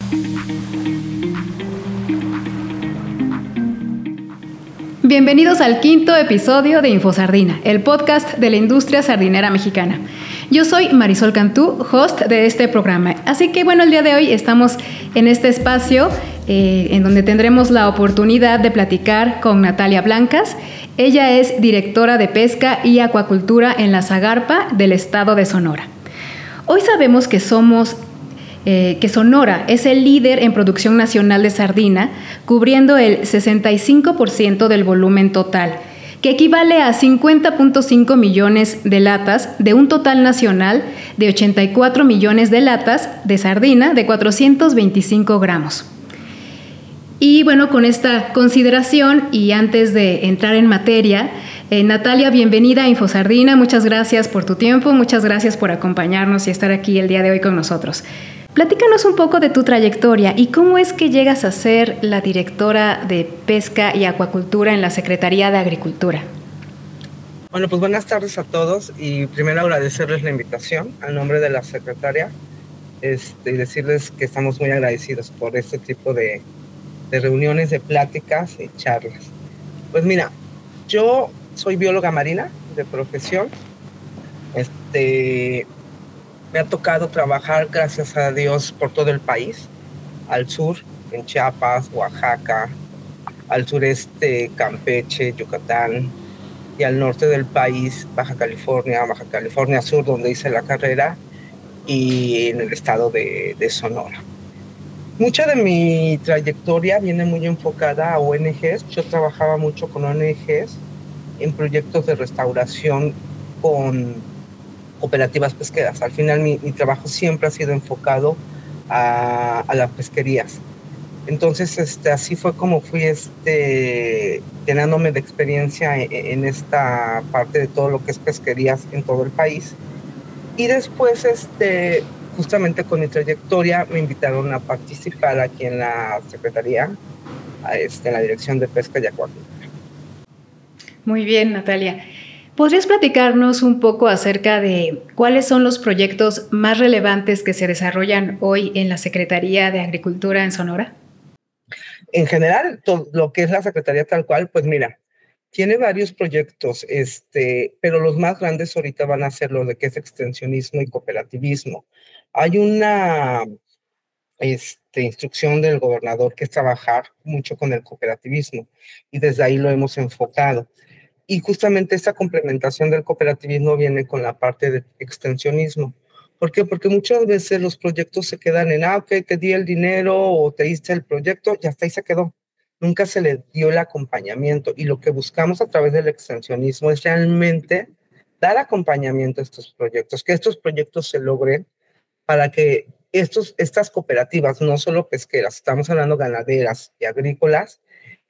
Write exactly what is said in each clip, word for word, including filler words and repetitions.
Bienvenidos al quinto episodio de InfoSardina, el podcast de la industria sardinera mexicana. Yo soy Marisol Cantú, host de este programa. Así que bueno, el día de hoy estamos en este espacio eh, en donde tendremos la oportunidad de platicar con Natalia Blancas. Ella es directora de pesca y acuacultura en la Zagarpa del estado de Sonora. Hoy sabemos que somos Eh, que Sonora es el líder en producción nacional de sardina, cubriendo el sesenta y cinco por ciento del volumen total, que equivale a cincuenta punto cinco millones de latas de un total nacional de ochenta y cuatro millones de latas de sardina de cuatrocientos veinticinco gramos. Y bueno, con esta consideración y antes de entrar en materia, eh, Natalia, bienvenida a InfoSardina. Muchas gracias por tu tiempo, muchas gracias por acompañarnos y estar aquí el día de hoy con nosotros. Platícanos un poco de tu trayectoria y cómo es que llegas a ser la directora de Pesca y Acuacultura en la Secretaría de Agricultura. Bueno, pues buenas tardes a todos y primero agradecerles la invitación a nombre de la secretaria este, y decirles que estamos muy agradecidos por este tipo de, de reuniones, de pláticas y charlas. Pues mira, yo soy bióloga marina de profesión. Este... Me ha tocado trabajar, gracias a Dios, por todo el país. Al sur, en Chiapas, Oaxaca, al sureste, Campeche, Yucatán, y al norte del país, Baja California, Baja California Sur, donde hice la carrera, y en el estado de, de Sonora. Mucha de mi trayectoria viene muy enfocada a O N Ges. Yo trabajaba mucho con O N Ges en proyectos de restauración con cooperativas pesqueras. Al final mi, mi trabajo siempre ha sido enfocado a, a las pesquerías. Entonces este, así fue como fui este, llenándome de experiencia en, en esta parte de todo lo que es pesquerías en todo el país. Y después este, justamente con mi trayectoria me invitaron a participar aquí en la Secretaría, a este, en la Dirección de Pesca y Acuacultura. Muy bien, Natalia. ¿Podrías platicarnos un poco acerca de cuáles son los proyectos más relevantes que se desarrollan hoy en la Secretaría de Agricultura en Sonora? En general, todo lo que es la Secretaría tal cual, pues mira, tiene varios proyectos, este, pero los más grandes ahorita van a ser los de que es extensionismo y cooperativismo. Hay una este, instrucción del gobernador que es trabajar mucho con el cooperativismo y desde ahí lo hemos enfocado. Y justamente esta complementación del cooperativismo viene con la parte de extensionismo. ¿Por qué? Porque muchas veces los proyectos se quedan en, ah, ok, te di el dinero o te diste el proyecto y hasta ahí se quedó. Nunca se le dio el acompañamiento. Y lo que buscamos a través del extensionismo es realmente dar acompañamiento a estos proyectos, que estos proyectos se logren para que estos, estas cooperativas, no solo pesqueras, estamos hablando ganaderas y agrícolas,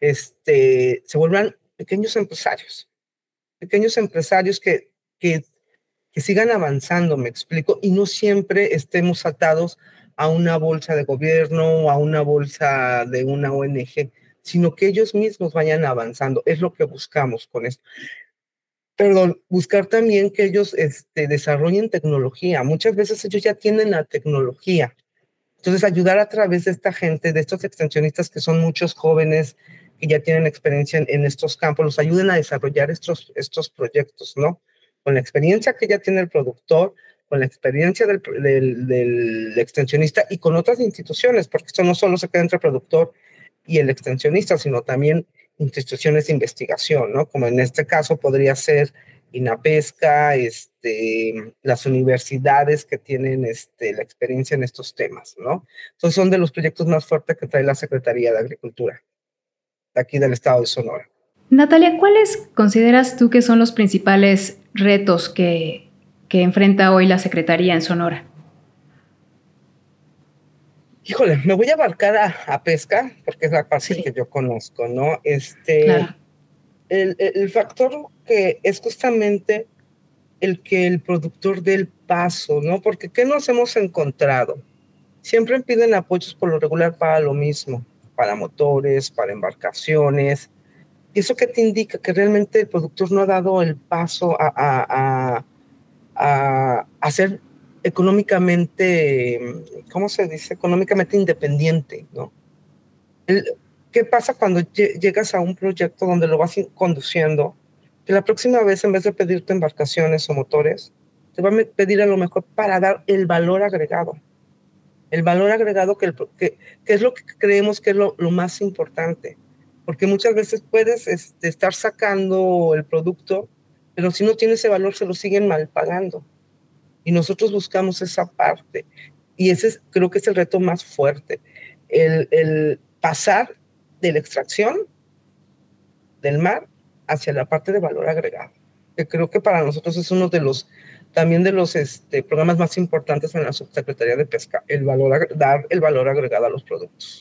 este, se vuelvan pequeños empresarios, pequeños empresarios que, que, que sigan avanzando, me explico, y no siempre estemos atados a una bolsa de gobierno o a una bolsa de una O N G, sino que ellos mismos vayan avanzando. Es lo que buscamos con esto. Perdón, buscar también que ellos este, desarrollen tecnología. Muchas veces ellos ya tienen la tecnología. Entonces, ayudar a través de esta gente, de estos extensionistas que son muchos jóvenes que ya tienen experiencia en, en estos campos, los ayuden a desarrollar estos, estos proyectos, ¿no? Con la experiencia que ya tiene el productor, con la experiencia del, del, del extensionista y con otras instituciones, porque esto no solo se queda entre el productor y el extensionista, sino también instituciones de investigación, ¿no? Como en este caso podría ser INAPESCA, este, las universidades que tienen este, la experiencia en estos temas, ¿no? Entonces son de los proyectos más fuertes que trae la Secretaría de Agricultura, de aquí del estado de Sonora. Natalia, ¿cuáles consideras tú que son los principales retos que, que enfrenta hoy la Secretaría en Sonora? Híjole, me voy a abarcar a, a pesca, porque es la parte Sí. que yo conozco, ¿no? Este, claro. el, el factor que es justamente el que el productor dé el paso, ¿no? Porque ¿qué nos hemos encontrado? Siempre piden apoyos por lo regular para lo mismo, para motores, para embarcaciones. ¿Y eso qué te indica? Que realmente el productor no ha dado el paso a, a, a, a hacer económicamente, ¿cómo se dice? Económicamente independiente, ¿no? El, ¿Qué pasa cuando llegas a un proyecto donde lo vas conduciendo? Que la próxima vez, en vez de pedirte embarcaciones o motores, te va a pedir a lo mejor para dar el valor agregado. El valor agregado que, el, que, que es lo que creemos que es lo, lo más importante. Porque muchas veces puedes este, estar sacando el producto, pero si no tiene ese valor se lo siguen mal pagando. Y nosotros buscamos esa parte. Y ese es, creo que es el reto más fuerte. El, el pasar de la extracción del mar hacia la parte de valor agregado, que creo que para nosotros es uno de los, también de los este, programas más importantes en la Subsecretaría de Pesca, el valor, dar el valor agregado a los productos.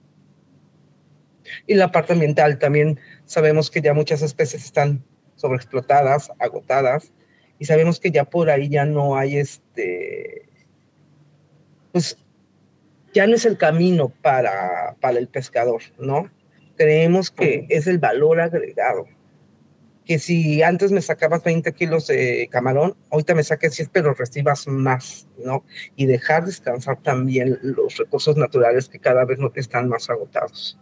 Y la parte ambiental, también sabemos que ya muchas especies están sobreexplotadas, agotadas, y sabemos que ya por ahí ya no hay este, pues ya no es el camino para, para el pescador, ¿no? Creemos que es el valor agregado. Que si antes me sacabas veinte kilos de camarón, ahorita me saques diez, pero recibas más, ¿no? Y dejar descansar también los recursos naturales que cada vez están más agotados.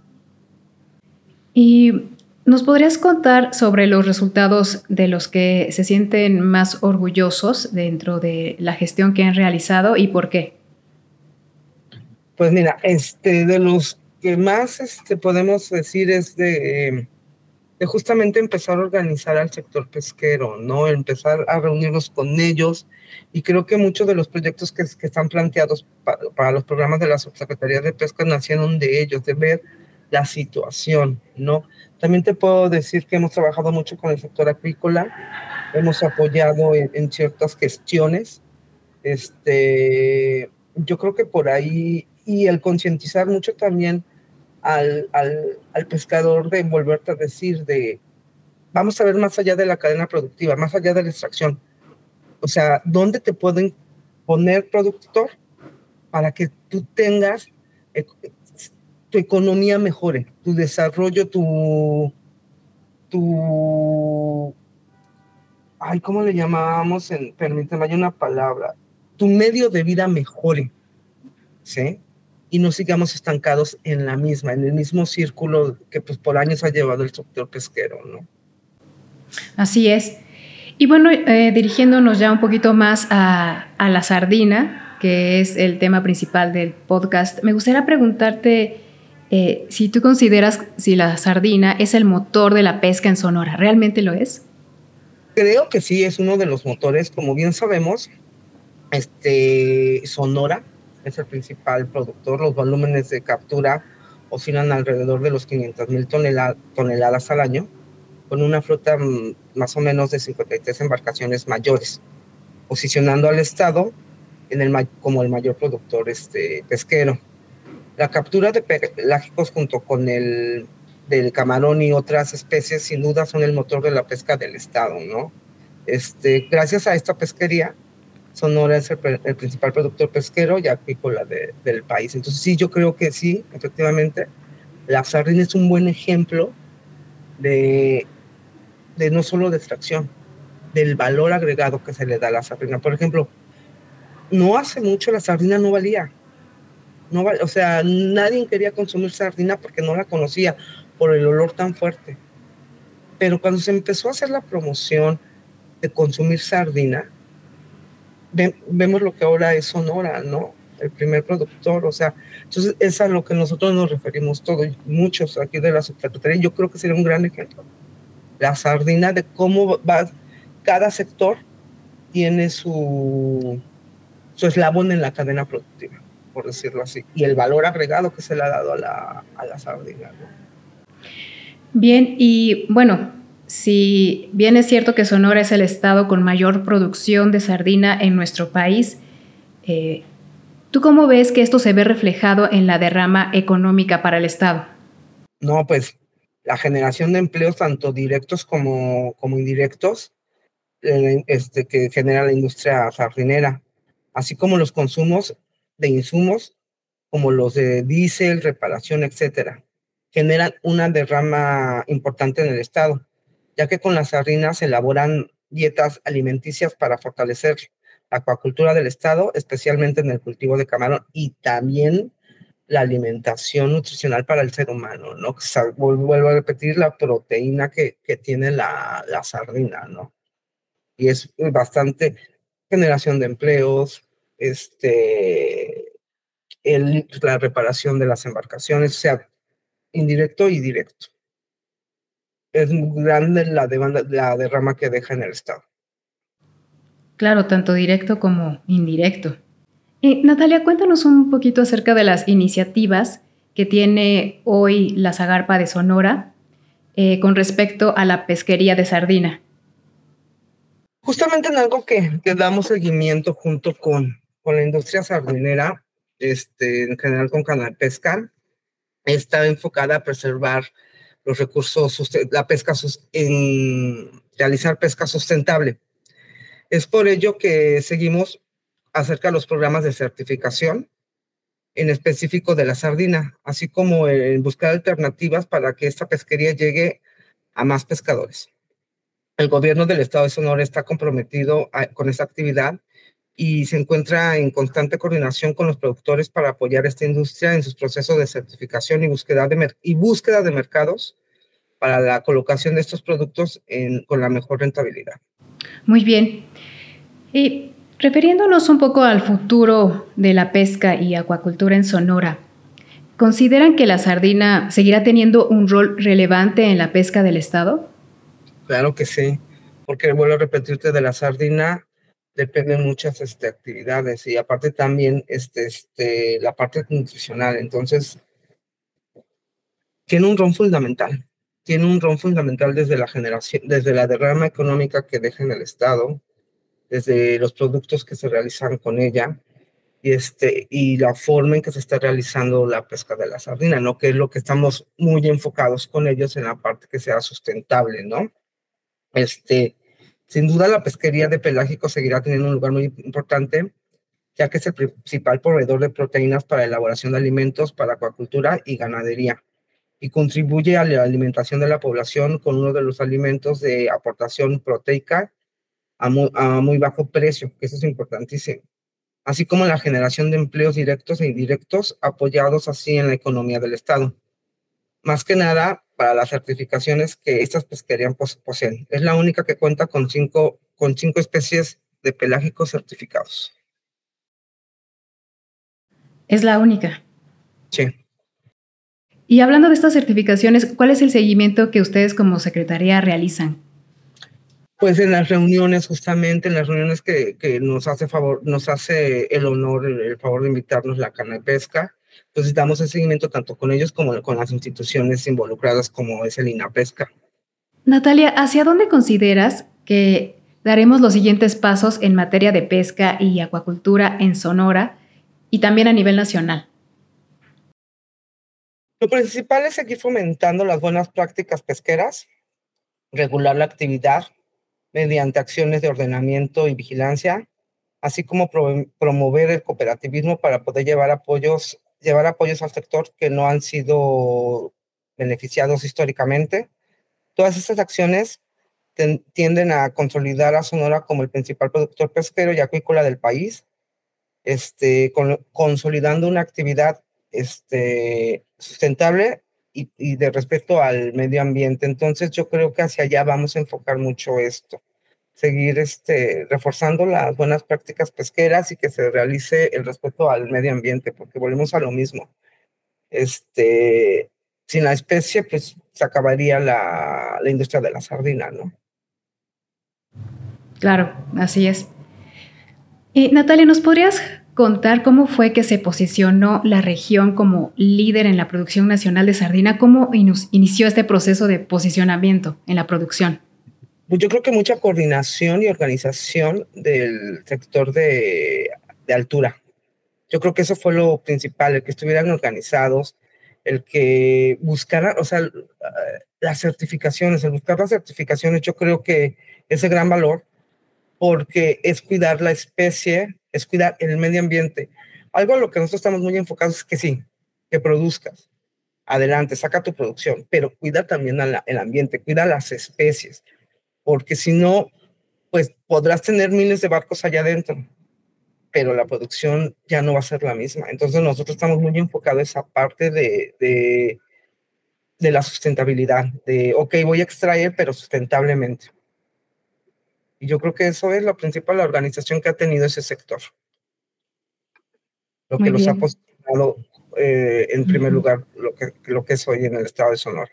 ¿Y nos podrías contar sobre los resultados de los que se sienten más orgullosos dentro de la gestión que han realizado y por qué? Pues mira, este, de los que más este, podemos decir es de... de justamente empezar a organizar al sector pesquero, ¿no? Empezar a reunirnos con ellos, y creo que muchos de los proyectos que, que están planteados para, para los programas de la Subsecretaría de Pesca nacieron de ellos, de ver la situación, ¿no? También te puedo decir que hemos trabajado mucho con el sector acuícola, hemos apoyado en, en ciertas gestiones, este, yo creo que por ahí, y el concientizar mucho también Al, al, al pescador, de volverte a decir de vamos a ver más allá de la cadena productiva, más allá de la extracción. O sea, ¿dónde te pueden poner productor para que tú tengas eh, tu economía mejore, tu desarrollo, tu, tu, ay, ¿cómo le llamábamos? En, permíteme, hay una palabra, tu medio de vida mejore, ¿sí? Y no sigamos estancados en la misma, en el mismo círculo que pues por años ha llevado el sector pesquero, ¿no? Así es. Y bueno, eh, dirigiéndonos ya un poquito más a, a la sardina, que es el tema principal del podcast, me gustaría preguntarte eh, si tú consideras si la sardina es el motor de la pesca en Sonora. ¿Realmente lo es? Creo que sí, es uno de los motores. Como bien sabemos, este, Sonora es el principal productor. Los volúmenes de captura oscilan alrededor de los quinientas mil tonelada, toneladas al año, con una flota más o menos de cincuenta y tres embarcaciones mayores, posicionando al estado en el, como el mayor productor este, pesquero. La captura de pelágicos junto con el del camarón y otras especies sin duda son el motor de la pesca del estado, ¿no? Este, gracias a esta pesquería, Sonora es el, el principal productor pesquero y acuícola de, del país. Entonces sí, yo creo que sí, efectivamente, la sardina es un buen ejemplo de, de no solo de extracción, del valor agregado que se le da a la sardina. Por ejemplo, no hace mucho la sardina no valía. No, o sea, nadie quería consumir sardina porque no la conocía por el olor tan fuerte. Pero cuando se empezó a hacer la promoción de consumir sardina, ve, vemos lo que ahora es Sonora, ¿no? El primer productor, o sea, entonces es a lo que nosotros nos referimos todos, muchos aquí de la Subsecretaría. Yo creo que sería un gran ejemplo. La sardina, de cómo va, cada sector tiene su, su eslabón en la cadena productiva, por decirlo así, y el valor agregado que se le ha dado a la, a la sardina, ¿no? Bien, y bueno, si bien es cierto que Sonora es el estado con mayor producción de sardina en nuestro país, eh, ¿tú cómo ves que esto se ve reflejado en la derrama económica para el estado? No, pues la generación de empleos, tanto directos como, como indirectos, eh, este, que genera la industria sardinera, así como los consumos de insumos, como los de diésel, reparación, etcétera, generan una derrama importante en el estado, ya que con las sardinas se elaboran dietas alimenticias para fortalecer acuacultura del estado, especialmente en el cultivo de camarón y también la alimentación nutricional para el ser humano, ¿no? O sea, vuelvo a repetir la proteína que, que tiene la, la sardina, ¿no? Y es bastante generación de empleos, este, el, la reparación de las embarcaciones, o sea, indirecto y directo. Es muy grande la, demanda, la derrama que deja en el estado. Claro, tanto directo como indirecto. Eh, Natalia, cuéntanos un poquito acerca de las iniciativas que tiene hoy la Zagarpa de Sonora eh, con respecto a la pesquería de sardina. Justamente en algo que, que damos seguimiento junto con, con la industria sardinera, este, en general con Canalpesca, está enfocada a preservar los recursos, la pesca, en realizar pesca sustentable. Es por ello que seguimos acerca de los programas de certificación, en específico de la sardina, así como en buscar alternativas para que esta pesquería llegue a más pescadores. El gobierno del estado de Sonora está comprometido a, con esta actividad y se encuentra en constante coordinación con los productores para apoyar esta industria en sus procesos de certificación y búsqueda de, y búsqueda de mercados para la colocación de estos productos en, con la mejor rentabilidad. Muy bien. Y refiriéndonos un poco al futuro de la pesca y acuacultura en Sonora, ¿consideran que la sardina seguirá teniendo un rol relevante en la pesca del estado? Claro que sí, porque vuelvo a repetirte, de la sardina dependen muchas este, actividades y aparte también este, este, la parte nutricional. Entonces, tiene un rol fundamental. Tiene un rol fundamental desde la generación, desde la derrama económica que deja en el estado, desde los productos que se realizan con ella y, este, y la forma en que se está realizando la pesca de la sardina, ¿no? Que es lo que estamos muy enfocados con ellos en la parte que sea sustentable, ¿no? Este, sin duda la pesquería de pelágicos seguirá teniendo un lugar muy importante, ya que es el principal proveedor de proteínas para elaboración de alimentos para acuacultura y ganadería, y contribuye a la alimentación de la población con uno de los alimentos de aportación proteica a muy, a muy bajo precio, que eso es importantísimo, así como la generación de empleos directos e indirectos apoyados así en la economía del estado. Más que nada para las certificaciones que estas pesquerías poseen. Es la única que cuenta con cinco, con cinco especies de pelágicos certificados. Es la única. Sí. Y hablando de estas certificaciones, ¿cuál es el seguimiento que ustedes como secretaría realizan? Pues en las reuniones, justamente en las reuniones que, que nos hace favor, nos hace el honor, el, el favor de invitarnos la Canalpesca. Entonces damos el seguimiento tanto con ellos como con las instituciones involucradas como es el INAPESCA. Natalia, ¿hacia dónde consideras que daremos los siguientes pasos en materia de pesca y acuacultura en Sonora y también a nivel nacional? Lo principal es seguir fomentando las buenas prácticas pesqueras, regular la actividad mediante acciones de ordenamiento y vigilancia, así como pro promover el cooperativismo para poder llevar apoyos, llevar apoyos al sector que no han sido beneficiados históricamente. Todas estas acciones tienden a consolidar a Sonora como el principal productor pesquero y acuícola del país, este, con, consolidando una actividad este, sustentable y, y de respeto al medio ambiente. Entonces yo creo que hacia allá vamos a enfocar mucho esto, seguir este, reforzando las buenas prácticas pesqueras y que se realice el respeto al medio ambiente, porque volvemos a lo mismo. Este, sin la especie, pues se acabaría la, la industria de la sardina, ¿no? Claro, así es. Eh, Natalia, ¿nos podrías contar cómo fue que se posicionó la región como líder en la producción nacional de sardina? ¿Cómo inició este proceso de posicionamiento en la producción? Pues yo creo que mucha coordinación y organización del sector de, de altura. Yo creo que eso fue lo principal, el que estuvieran organizados, el que buscaran, o sea, las certificaciones, el buscar las certificaciones, yo creo que es de gran valor porque es cuidar la especie, es cuidar el medio ambiente. Algo a lo que nosotros estamos muy enfocados es que sí, que produzcas, adelante, saca tu producción, pero cuida también la, el ambiente, cuida las especies, porque si no, pues podrás tener miles de barcos allá adentro, pero la producción ya no va a ser la misma. Entonces nosotros estamos muy enfocados en esa parte de, de, de la sustentabilidad, de, ok, voy a extraer, pero sustentablemente. Y yo creo que eso es lo principal, la organización que ha tenido ese sector. Lo Muy que los ha bien. posicionado eh, en primer Uh-huh. lugar, lo que, lo que es hoy en el estado de Sonora.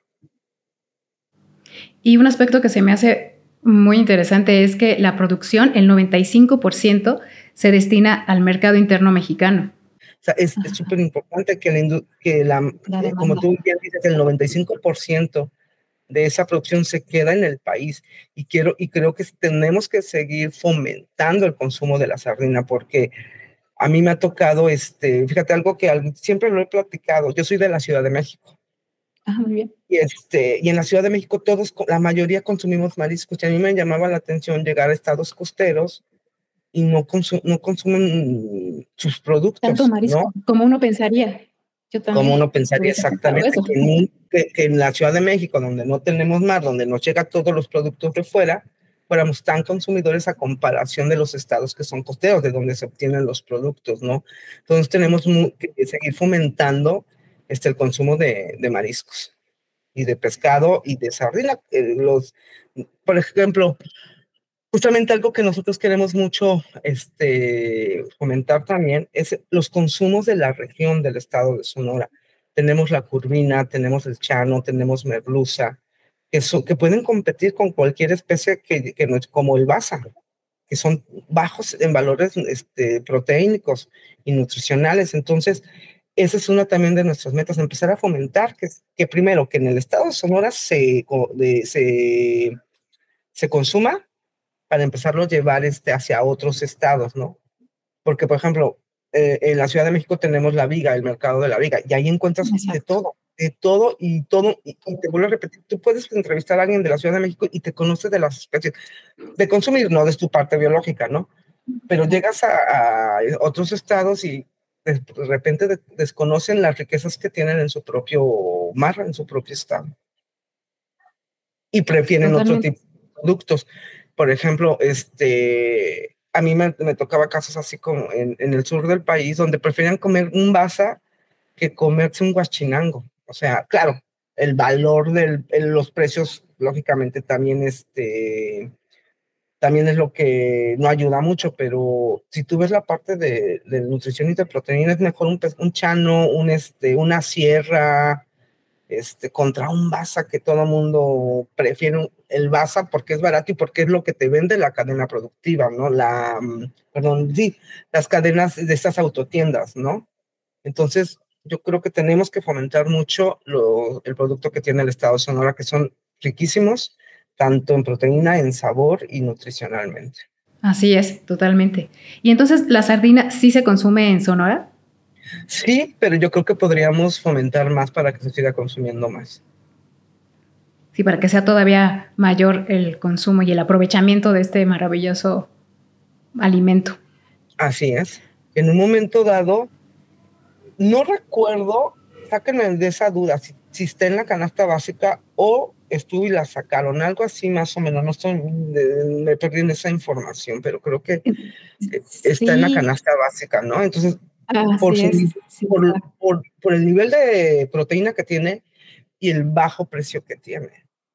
Y un aspecto que se me hace muy interesante es que la producción, el noventa y cinco por ciento, se destina al mercado interno mexicano. O sea, es súper importante que, la, que la, la eh, como tú bien dices, el noventa y cinco por ciento de esa producción se queda en el país. Y, quiero, y creo que tenemos que seguir fomentando el consumo de la sardina, porque a mí me ha tocado, este, fíjate, algo que al, siempre lo he platicado. Yo soy de la Ciudad de México. Ah, muy bien. Y, este, y en la Ciudad de México todos, la mayoría consumimos mariscos. Y a mí me llamaba la atención llegar a estados costeros y no, consum, no consumen sus productos. Tanto marisco, ¿no? Como uno pensaría. Yo también. Como uno pensaría exactamente que en, que, que en la Ciudad de México, donde no tenemos mar, donde nos llegan todos los productos de fuera, fuéramos tan consumidores a comparación de los estados que son costeros, de donde se obtienen los productos, ¿no? Entonces tenemos muy, que seguir fomentando este, el consumo de, de mariscos y de pescado y de sardina. Eh, los, por ejemplo, justamente algo que nosotros queremos mucho este, fomentar también es los consumos de la región del estado de Sonora. Tenemos la curvina, tenemos el chano, tenemos merluza, que, so, que pueden competir con cualquier especie que, que no es como el basa, que son bajos en valores este, proteínicos y nutricionales. Entonces, esa es una también de nuestras metas, empezar a fomentar que, que primero, que en el estado de Sonora se, de, se, se consuma para empezarlo a llevar este, hacia otros estados, ¿no? Porque, por ejemplo, eh, en la Ciudad de México tenemos la viga, el mercado de la viga, y ahí encuentras Exacto. de todo, de todo y todo, y, y te vuelvo a repetir, tú puedes entrevistar a alguien de la Ciudad de México y te conoce de las especies, de consumir, no de tu parte biológica, ¿no? Pero llegas a, a otros estados y de repente de, desconocen las riquezas que tienen en su propio mar, en su propio estado. Y prefieren Totalmente. Otro tipo de productos. Por ejemplo, este, a mí me, me tocaba casos así como en, en el sur del país, donde preferían comer un basa que comerse un huachinango. O sea, claro, el valor de los precios, lógicamente, también, este, también es lo que no ayuda mucho, pero si tú ves la parte de, de nutrición y de proteína, es mejor un, un chano, un, este, una sierra, Este, contra un basa que todo el mundo prefiere el basa porque es barato y porque es lo que te vende la cadena productiva, ¿no? La, perdón, sí, las cadenas de estas autotiendas, ¿no? Entonces, yo creo que tenemos que fomentar mucho lo, el producto que tiene el estado de Sonora, que son riquísimos, tanto en proteína, en sabor y nutricionalmente. Así es, totalmente. ¿Y entonces la sardina sí se consume en Sonora? Sí, pero yo creo que podríamos fomentar más para que se siga consumiendo más. Sí, para que sea todavía mayor el consumo y el aprovechamiento de este maravilloso alimento. Así es. En un momento dado, no recuerdo, sáquenme de esa duda, si, si está en la canasta básica o estuvo y la sacaron, algo así más o menos, no estoy, me perdí en esa información, pero creo que sí. Está en la canasta básica, ¿no? Entonces, por, su, es, sí, por, por, por el nivel de proteína que tiene y el bajo precio que tiene.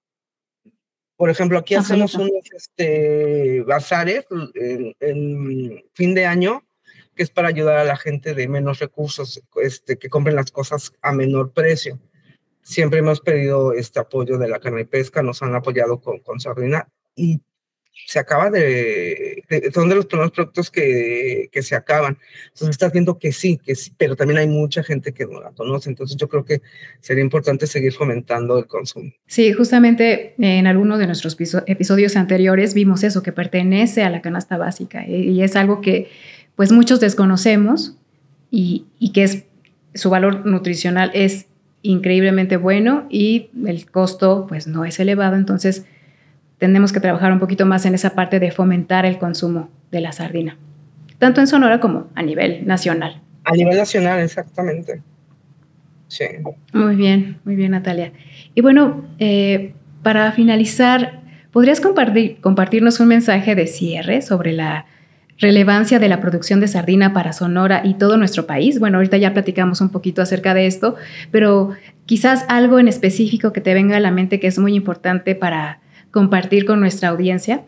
Por ejemplo, aquí Ajá, hacemos unos este, bazares en, en fin de año, que es para ayudar a la gente de menos recursos, este, que compren las cosas a menor precio. Siempre hemos pedido este apoyo de la carne y pesca, nos han apoyado con, con sardina y se acaba de, de, son de los primeros productos que, que se acaban. Entonces estás viendo que sí, que sí, pero también hay mucha gente que no la conoce. Entonces yo creo que sería importante seguir fomentando el consumo. Sí, justamente en alguno de nuestros episodios anteriores vimos eso, que pertenece a la canasta básica y es algo que pues muchos desconocemos y, y que es, su valor nutricional es increíblemente bueno y el costo pues no es elevado. Entonces tenemos que trabajar un poquito más en esa parte de fomentar el consumo de la sardina, tanto en Sonora como a nivel nacional. A nivel nacional, exactamente. Sí. Muy bien, muy bien, Natalia. Y bueno, eh, para finalizar, ¿podrías compartir, compartirnos un mensaje de cierre sobre la relevancia de la producción de sardina para Sonora y todo nuestro país. Bueno, ahorita ya platicamos un poquito acerca de esto, pero quizás algo en específico que te venga a la mente que es muy importante para compartir con nuestra audiencia.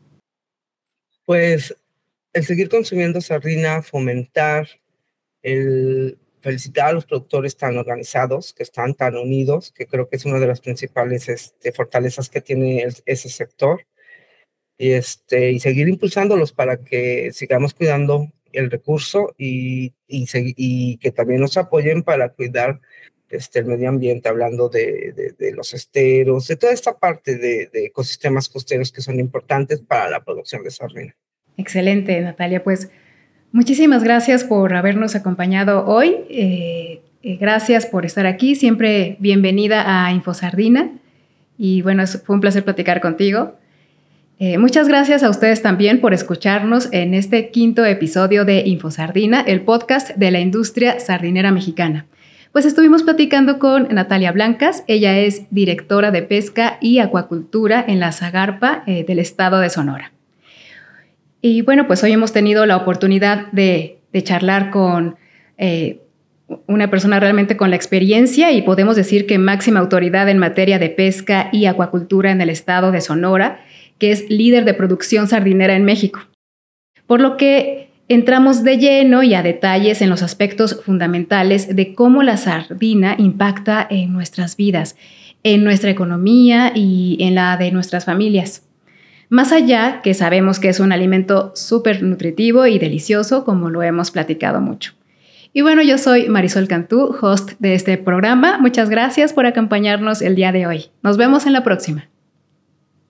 Pues el seguir consumiendo sardina, fomentar, el felicitar a los productores tan organizados, que están tan unidos, que creo que es una de las principales este, fortalezas que tiene el, ese sector. Y, este, y seguir impulsándolos para que sigamos cuidando el recurso y, y, y que también nos apoyen para cuidar este, el medio ambiente, hablando de, de, de los esteros, de toda esta parte de, de ecosistemas costeros que son importantes para la producción de sardina. Excelente, Natalia. Pues muchísimas gracias por habernos acompañado hoy. Eh, eh, gracias por estar aquí. Siempre bienvenida a InfoSardina. Y bueno, fue un placer platicar contigo. Eh, muchas gracias a ustedes también por escucharnos en este quinto episodio de InfoSardina, el podcast de la industria sardinera mexicana. Pues estuvimos platicando con Natalia Blancas. Ella es directora de pesca y acuacultura en la Zagarpa eh, del estado de Sonora. Y bueno, pues hoy hemos tenido la oportunidad de, de charlar con eh, una persona realmente con la experiencia y podemos decir que máxima autoridad en materia de pesca y acuacultura en el estado de Sonora, que es líder de producción sardinera en México. Por lo que entramos de lleno y a detalles en los aspectos fundamentales de cómo la sardina impacta en nuestras vidas, en nuestra economía y en la de nuestras familias. Más allá que sabemos que es un alimento súper nutritivo y delicioso, como lo hemos platicado mucho. Y bueno, yo soy Marisol Cantú, host de este programa. Muchas gracias por acompañarnos el día de hoy. Nos vemos en la próxima.